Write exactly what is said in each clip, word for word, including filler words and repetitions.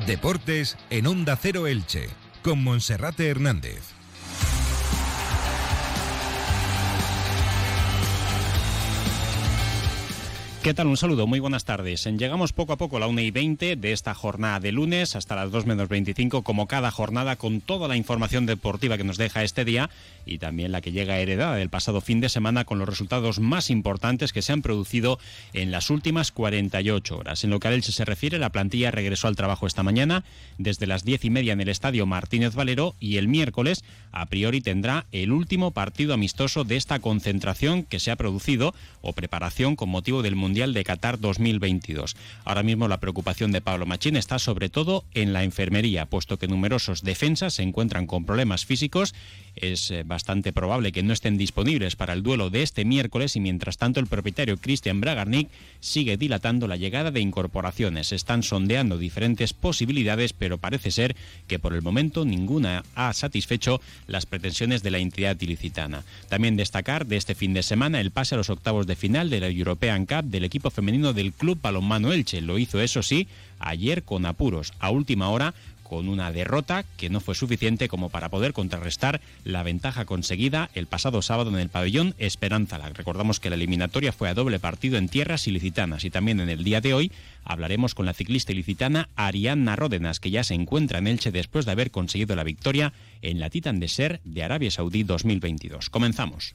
Deportes en Onda Cero Elche, con Monserrate Hernández. ¿Qué tal? Un saludo, muy buenas tardes. Llegamos poco a poco a la una y veinte de esta jornada de lunes hasta las dos menos veinticinco, como cada jornada, con toda la información deportiva que nos deja este día y también la que llega heredada del pasado fin de semana con los resultados más importantes que se han producido en las últimas cuarenta y ocho horas. En lo que al Elche se refiere, la plantilla regresó al trabajo esta mañana desde las diez y media en el Estadio Martínez Valero y el miércoles a priori tendrá el último partido amistoso de esta concentración que se ha producido o preparación con motivo del Mundial de Qatar dos mil veintidós. Ahora mismo la preocupación de Pablo Machín está sobre todo en la enfermería, puesto que numerosos defensas se encuentran con problemas físicos. Es bastante probable que no estén disponibles para el duelo de este miércoles y mientras tanto el propietario Christian Bragarnik sigue dilatando la llegada de incorporaciones. Están sondeando diferentes posibilidades, pero parece ser que por el momento ninguna ha satisfecho las pretensiones de la entidad ilicitana. También destacar de este fin de semana el pase a los octavos de final de la European Cup del equipo femenino del Club Balonmano Elche. Lo hizo, eso sí, ayer con apuros, a última hora, con una derrota que no fue suficiente como para poder contrarrestar la ventaja conseguida el pasado sábado en el pabellón Esperanza Lac. Recordamos que la eliminatoria fue a doble partido en tierras ilicitanas y también en el día de hoy hablaremos con la ciclista ilicitana Arianna Ródenas, que ya se encuentra en Elche después de haber conseguido la victoria en la Titan Desert de Arabia Saudí dos mil veintidós. Comenzamos.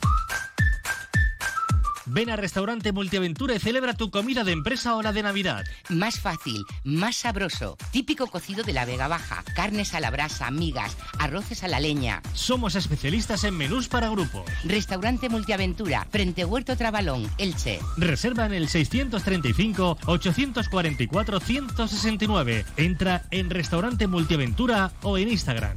Ven a Restaurante Multiaventura y celebra tu comida de empresa o la de Navidad. Más fácil, más sabroso. Típico cocido de la Vega Baja. Carnes a la brasa, migas, arroces a la leña. Somos especialistas en menús para grupos. Restaurante Multiaventura, frente Huerto Trabalón, Elche. Reserva en el seiscientos treinta y cinco, ochocientos cuarenta y cuatro, ciento sesenta y nueve. Entra en Restaurante Multiaventura o en Instagram.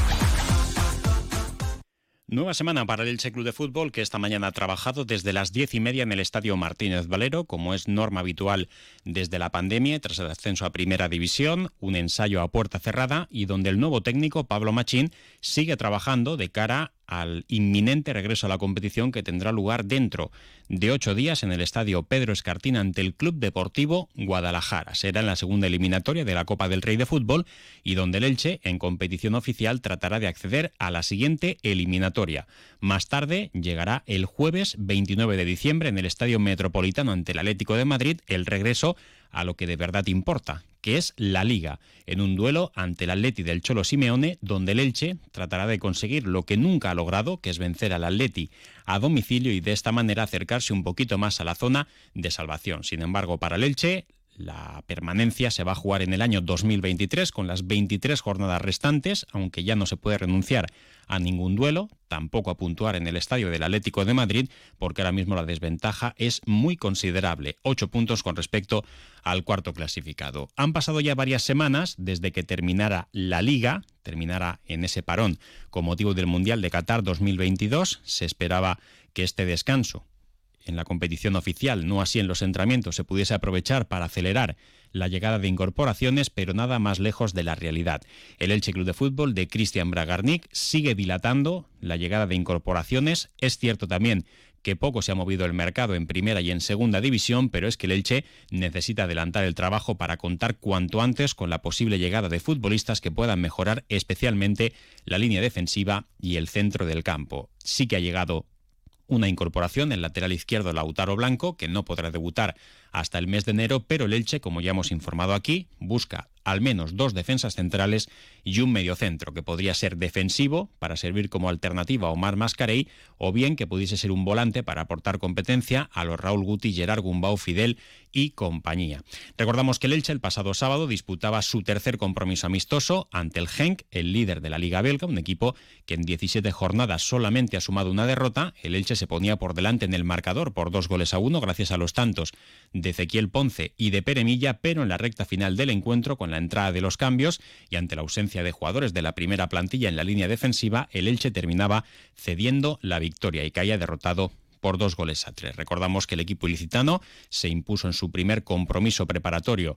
Nueva semana para el Elche Club de Fútbol, que esta mañana ha trabajado desde las diez y media en el Estadio Martínez Valero, como es norma habitual desde la pandemia, tras el ascenso a Primera División, un ensayo a puerta cerrada y donde el nuevo técnico, Pablo Machín, sigue trabajando de cara al inminente regreso a la competición que tendrá lugar dentro de ocho días en el Estadio Pedro Escartín ante el Club Deportivo Guadalajara. Será en la segunda eliminatoria de la Copa del Rey de Fútbol y donde el Elche, en competición oficial, tratará de acceder a la siguiente eliminatoria. Más tarde llegará el jueves veintinueve de diciembre en el Estadio Metropolitano ante el Atlético de Madrid el regreso a lo que de verdad importa, que es la Liga, en un duelo ante el Atleti del Cholo Simeone, donde el Elche tratará de conseguir lo que nunca ha logrado, que es vencer al Atleti a domicilio y de esta manera acercarse un poquito más a la zona de salvación. Sin embargo, para el Elche, la permanencia se va a jugar en el año dos mil veintitrés con las veintitrés jornadas restantes, aunque ya no se puede renunciar a ningún duelo, tampoco a puntuar en el estadio del Atlético de Madrid, porque ahora mismo la desventaja es muy considerable, ocho puntos con respecto al cuarto clasificado. Han pasado ya varias semanas desde que terminara la Liga, terminara en ese parón con motivo del Mundial de Qatar dos mil veintidós. Se esperaba que este descanso en la competición oficial, no así en los entrenamientos, se pudiese aprovechar para acelerar la llegada de incorporaciones, pero nada más lejos de la realidad. El Elche Club de Fútbol de Christian Bragarnik sigue dilatando la llegada de incorporaciones. Es cierto también que poco se ha movido el mercado en primera y en segunda división, pero es que el Elche necesita adelantar el trabajo para contar cuanto antes con la posible llegada de futbolistas que puedan mejorar especialmente la línea defensiva y el centro del campo. Sí que ha llegado una incorporación, el lateral izquierdo Lautaro Blanco, que no podrá debutar hasta el mes de enero, pero el Elche, como ya hemos informado aquí, busca al menos dos defensas centrales y un mediocentro, que podría ser defensivo para servir como alternativa a Omar Mascarell, o bien que pudiese ser un volante para aportar competencia a los Raúl Guti, Gerard Gumbau, Fidel y compañía. Recordamos que el Elche el pasado sábado disputaba su tercer compromiso amistoso ante el Genk, el líder de la Liga Belga, un equipo que en diecisiete jornadas solamente ha sumado una derrota. El Elche se ponía por delante en el marcador por dos goles a uno gracias a los tantos de Ezequiel Ponce y de Pere Milla, pero en la recta final del encuentro, con la entrada de los cambios y ante la ausencia de jugadores de la primera plantilla en la línea defensiva, el Elche terminaba cediendo la victoria y caía derrotado por dos goles a tres. Recordamos que el equipo ilicitano se impuso en su primer compromiso preparatorio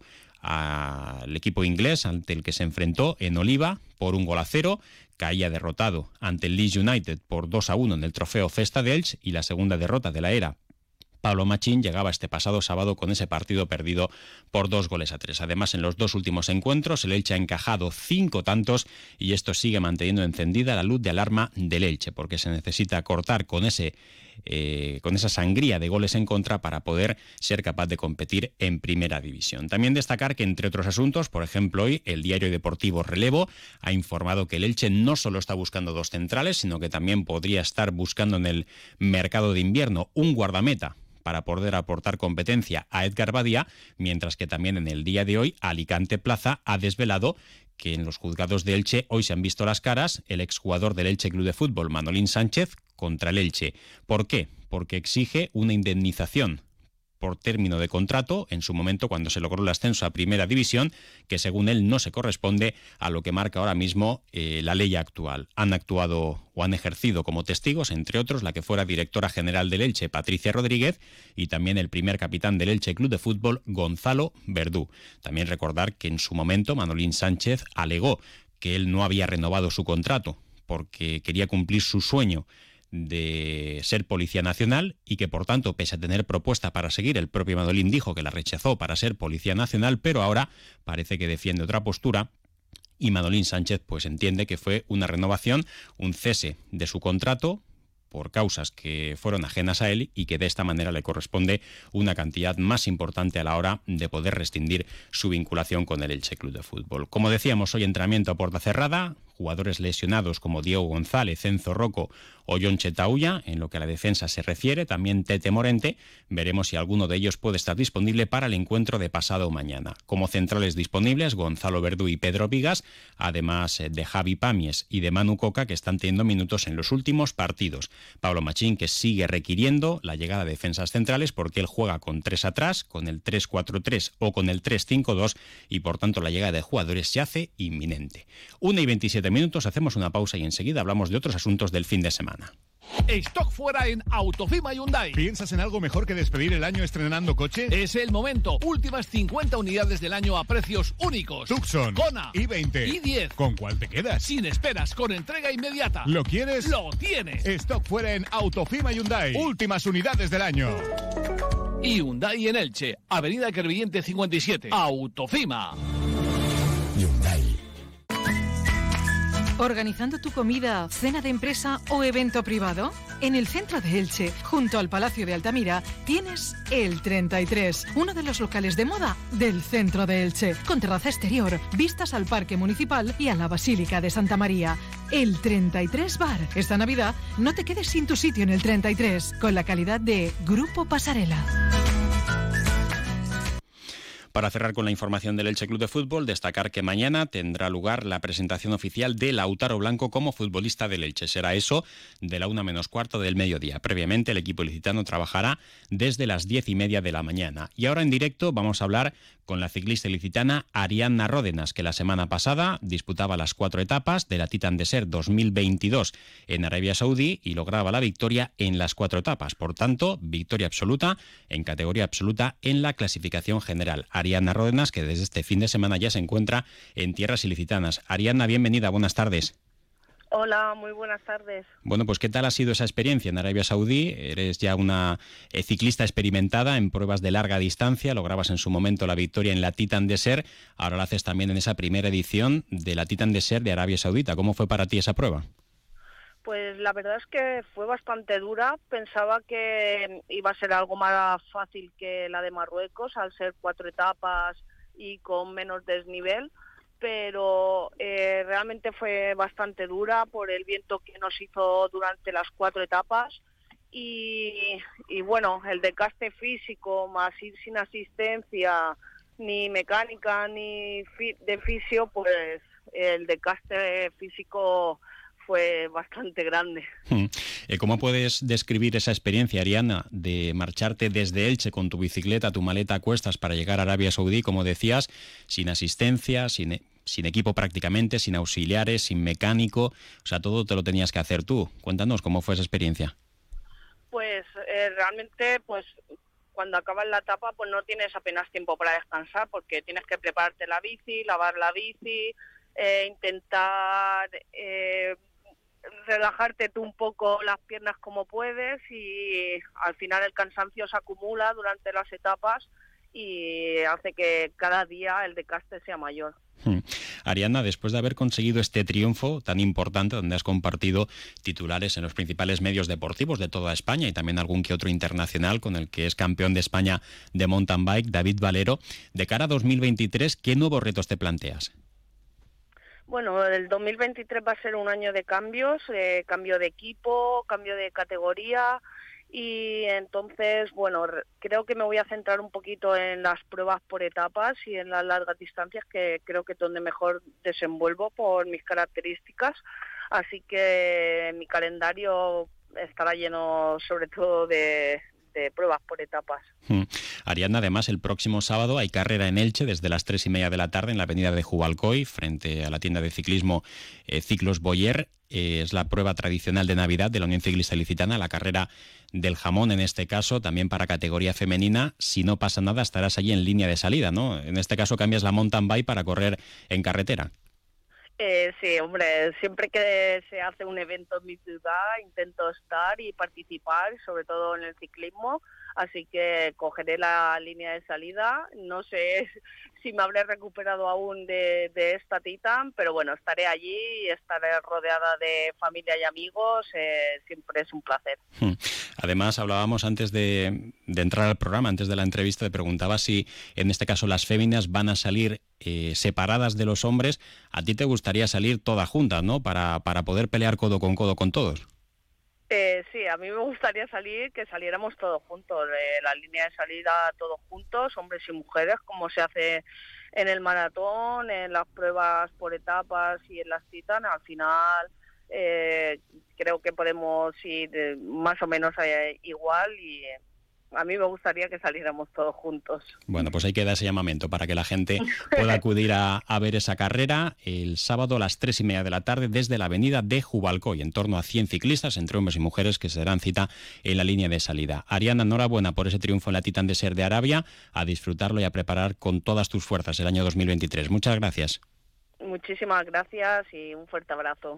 al equipo inglés, ante el que se enfrentó en Oliva por un gol a cero, caía derrotado ante el Leeds United por dos a uno en el trofeo Festa de Elche, y la segunda derrota de la era Pablo Machín llegaba este pasado sábado con ese partido perdido por dos goles a tres. Además, en los dos últimos encuentros, el Elche ha encajado cinco tantos y esto sigue manteniendo encendida la luz de alarma del Elche, porque se necesita cortar con ese eh, con esa sangría de goles en contra para poder ser capaz de competir en Primera División. También destacar que, entre otros asuntos, por ejemplo, hoy el diario deportivo Relevo ha informado que el Elche no solo está buscando dos centrales, sino que también podría estar buscando en el mercado de invierno un guardameta para poder aportar competencia a Edgar Badía, mientras que también en el día de hoy Alicante Plaza ha desvelado que en los juzgados de Elche hoy se han visto las caras el exjugador del Elche Club de Fútbol, Manolín Sánchez, contra el Elche. ¿Por qué? Porque exige una indemnización por término de contrato, en su momento cuando se logró el ascenso a Primera División, que según él no se corresponde a lo que marca ahora mismo eh, la ley actual. Han actuado o han ejercido como testigos, entre otros, la que fuera directora general del Elche, Patricia Rodríguez, y también el primer capitán del Elche Club de Fútbol, Gonzalo Verdú. También recordar que en su momento Manolín Sánchez alegó que él no había renovado su contrato porque quería cumplir su sueño de ser policía nacional y que, por tanto, pese a tener propuesta para seguir, el propio Manolín dijo que la rechazó para ser policía nacional, pero ahora parece que defiende otra postura y Manolín Sánchez pues entiende que fue una renovación, un cese de su contrato por causas que fueron ajenas a él y que de esta manera le corresponde una cantidad más importante a la hora de poder rescindir su vinculación con el Elche Club de Fútbol. Como decíamos, hoy entrenamiento a puerta cerrada, jugadores lesionados como Diego González, Enzo Rocco o Jon Chetauya. En lo que a la defensa se refiere, también Tete Morente. Veremos si alguno de ellos puede estar disponible para el encuentro de pasado mañana. Como centrales disponibles, Gonzalo Verdú y Pedro Vigas, además de Javi Pamies y de Manu Coca, que están teniendo minutos en los últimos partidos. Pablo Machín, que sigue requiriendo la llegada de defensas centrales porque él juega con tres atrás, con el tres cuatro tres o con el tres cinco dos y por tanto la llegada de jugadores se hace inminente. una y veintisiete minutos, hacemos una pausa y enseguida hablamos de otros asuntos del fin de semana. Stock fuera en Autofima Hyundai. ¿Piensas en algo mejor que despedir el año estrenando coche? Es el momento. Últimas cincuenta unidades del año a precios únicos. Tucson, Kona, i veinte, i diez. ¿Con cuál te quedas? Sin esperas, con entrega inmediata. ¿Lo quieres? ¡Lo tienes! Stock fuera en Autofima Hyundai. Últimas unidades del año. Hyundai en Elche, Avenida Crevillente cincuenta y siete. Autofima. Hyundai. ¿Organizando tu comida, cena de empresa o evento privado? En el centro de Elche, junto al Palacio de Altamira, tienes El treinta y tres, uno de los locales de moda del centro de Elche, con terraza exterior, vistas al Parque Municipal y a la Basílica de Santa María. El treinta y tres Bar. Esta Navidad no te quedes sin tu sitio en el treinta y tres, con la calidad de Grupo Pasarela. Para cerrar con la información del Elche Club de Fútbol, destacar que mañana tendrá lugar la presentación oficial de Lautaro Blanco como futbolista del Elche. Será eso de la una menos cuarto del mediodía. Previamente el equipo ilicitano trabajará desde las diez y media de la mañana. Y ahora en directo vamos a hablar con la ciclista ilicitana Ariadna Ródenas, que la semana pasada disputaba las cuatro etapas de la Titan Desert dos mil veintidós en Arabia Saudí y lograba la victoria en las cuatro etapas. Por tanto, victoria absoluta en categoría absoluta en la clasificación general. Ariadna Ródenas, que desde este fin de semana ya se encuentra en tierras ilicitanas. Ariadna, bienvenida, buenas tardes. Hola, muy buenas tardes. Bueno, pues ¿qué tal ha sido esa experiencia en Arabia Saudí? Eres ya una eh, ciclista experimentada en pruebas de larga distancia, lograbas en su momento la victoria en la Titan Desert, ahora la haces también en esa primera edición de la Titan Desert de Arabia Saudita. ¿Cómo fue para ti esa prueba? Pues la verdad es que fue bastante dura. Pensaba que iba a ser algo más fácil que la de Marruecos, al ser cuatro etapas y con menos desnivel, pero eh, realmente fue bastante dura por el viento que nos hizo durante las cuatro etapas y, y bueno, el desgaste físico más ir sin asistencia ni mecánica ni fi- de fisio, pues el desgaste físico fue bastante grande. ¿Cómo puedes describir esa experiencia, Ariadna, de marcharte desde Elche con tu bicicleta, tu maleta a cuestas para llegar a Arabia Saudí, como decías, sin asistencia, sin, sin equipo prácticamente, sin auxiliares, sin mecánico? O sea, todo te lo tenías que hacer tú. Cuéntanos, ¿cómo fue esa experiencia? Pues eh, realmente, pues cuando acabas la etapa, pues no tienes apenas tiempo para descansar, porque tienes que prepararte la bici, lavar la bici, eh, intentar... Eh, relajarte tú un poco las piernas como puedes y al final el cansancio se acumula durante las etapas y hace que cada día el desgaste sea mayor. Hmm. Ariadna, después de haber conseguido este triunfo tan importante, donde has compartido titulares en los principales medios deportivos de toda España y también algún que otro internacional con el que es campeón de España de mountain bike, David Valero, de cara a dos mil veintitrés, ¿qué nuevos retos te planteas? Bueno, el dos mil veintitrés va a ser un año de cambios, eh, cambio de equipo, cambio de categoría. Y entonces, bueno, creo que me voy a centrar un poquito en las pruebas por etapas y en las largas distancias, que creo que es donde mejor desenvuelvo por mis características. Así que mi calendario estará lleno sobre todo de, de pruebas por etapas. Hmm. Ariadna, además, el próximo sábado hay carrera en Elche desde las tres y media de la tarde en la avenida de Jubalcoy, frente a la tienda de ciclismo eh, Ciclos Boyer. Eh, es la prueba tradicional de Navidad de la Unión Ciclista Ilicitana, la carrera del jamón en este caso, también para categoría femenina. Si no pasa nada, estarás allí en línea de salida, ¿no? En este caso cambias la mountain bike para correr en carretera. Eh, sí, hombre, siempre que se hace un evento en mi ciudad intento estar y participar, sobre todo en el ciclismo, así que cogeré la línea de salida. No sé si me habré recuperado aún de, de esta Titan, pero bueno, estaré allí y estaré rodeada de familia y amigos, eh, siempre es un placer. Además, hablábamos antes de, de entrar al programa, antes de la entrevista, te preguntaba si en este caso las féminas van a salir eh, separadas de los hombres. ¿A ti te gustaría salir todas juntas, no? Para, para poder pelear codo con codo con todos. Eh, sí, a mí me gustaría salir, que saliéramos todos juntos, eh, la línea de salida todos juntos, hombres y mujeres, como se hace en el maratón, en las pruebas por etapas y en las Titan. Al final eh, creo que podemos ir eh, más o menos eh, igual y eh, a mí me gustaría que saliéramos todos juntos. Bueno, pues hay que dar ese llamamiento para que la gente pueda acudir a, a ver esa carrera el sábado a las tres y media de la tarde desde la avenida de Jubalcoy. En torno a cien ciclistas, entre hombres y mujeres, que se darán cita en la línea de salida. Ariadna, enhorabuena por ese triunfo en la Titan Desert de Arabia. A disfrutarlo y a preparar con todas tus fuerzas el año dos mil veintitrés. Muchas gracias. Muchísimas gracias y un fuerte abrazo.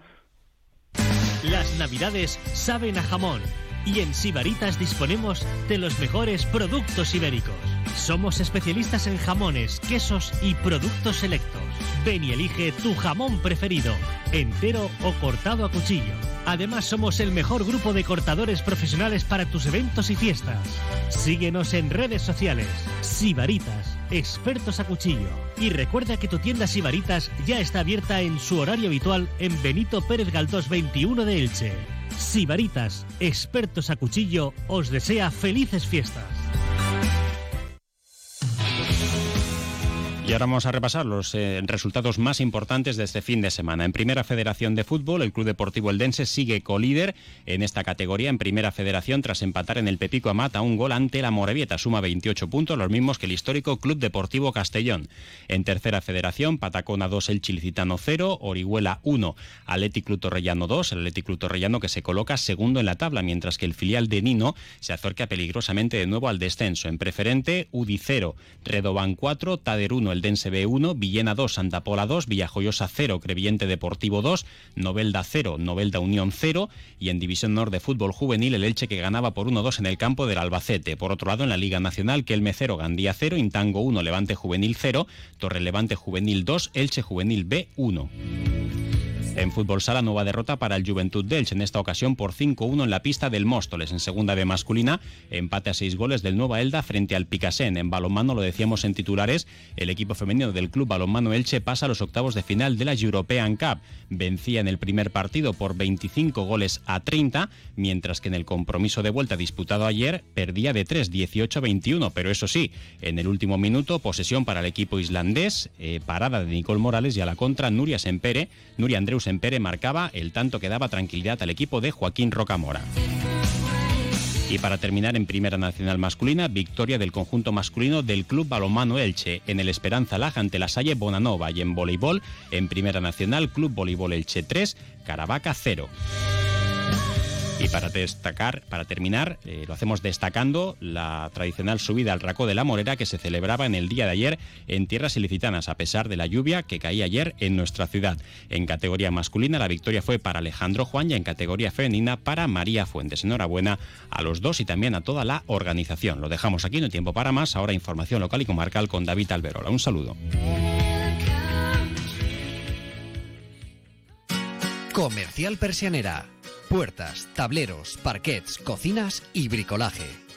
Las Navidades saben a jamón. Y en Sibaritas disponemos de los mejores productos ibéricos. Somos especialistas en jamones, quesos y productos selectos. Ven y elige tu jamón preferido, entero o cortado a cuchillo. Además, somos el mejor grupo de cortadores profesionales para tus eventos y fiestas. Síguenos en redes sociales. Sibaritas, expertos a cuchillo. Y recuerda que tu tienda Sibaritas ya está abierta en su horario habitual en Benito Pérez Galdós veintiuno de Elche. Sibaritas, expertos a cuchillo, os desea felices fiestas. Y ahora vamos a repasar los eh, resultados más importantes de este fin de semana. En Primera Federación de Fútbol, el Club Deportivo Eldense sigue colíder en esta categoría en Primera Federación tras empatar en el Pepico Amat a un gol ante la Morevieta. Suma veintiocho puntos, los mismos que el histórico Club Deportivo Castellón. En Tercera Federación, Patacona dos, el Chilicitano cero, Orihuela uno, Athletic Club Torrellano dos, el Athletic Club Torrellano que se coloca segundo en la tabla, mientras que el filial de Nino se acerca peligrosamente de nuevo al descenso. En Preferente, Udi cero, Redoban cuatro, Tader uno, Eldense B uno, Villena dos, Santa Pola dos, Villajoyosa cero, Crevillente Deportivo dos, Novelda cero, Novelda Unión cero, y en División Norte de Fútbol Juvenil, el Elche que ganaba por uno dos en el campo del Albacete. Por otro lado, en la Liga Nacional, Kelme cero, Gandía cero, Intango uno, Levante Juvenil cero, Torrelevante Juvenil dos, Elche Juvenil B uno. En fútbol sala, nueva derrota para el Juventud de Elche, en esta ocasión por cinco uno en la pista del Móstoles. En segunda B masculina, empate a seis goles del Nueva Elda frente al Picasen. En balonmano, lo decíamos en titulares, el equipo femenino del Club Balonmano Elche pasa a los octavos de final de la European Cup. Vencía en el primer partido por veinticinco goles a treinta, mientras que en el compromiso de vuelta disputado ayer perdía de tres, dieciocho a veintiuno, pero eso sí, en el último minuto, posesión para el equipo islandés, eh, parada de Nicole Morales y a la contra Nuria Sempere, Nuria Andreu Sempere marcaba el tanto que daba tranquilidad al equipo de Joaquín Rocamora. Y para terminar, en Primera Nacional masculina, victoria del conjunto masculino del Club Balonmano Elche en el Esperanza Lag ante la Salle Bonanova, y en voleibol, en Primera Nacional, Club Voleibol Elche tres, Caravaca cero. Y para destacar, para terminar, eh, lo hacemos destacando la tradicional subida al Racó de la Morera que se celebraba en el día de ayer en tierras ilicitanas, a pesar de la lluvia que caía ayer en nuestra ciudad. En categoría masculina la victoria fue para Alejandro Juan y en categoría femenina para María Fuentes. Enhorabuena a los dos y también a toda la organización. Lo dejamos aquí, no hay tiempo para más. Ahora información local y comarcal con David Alberola. Un saludo. Comercial Persianera. Puertas, tableros, parquets, cocinas y bricolaje.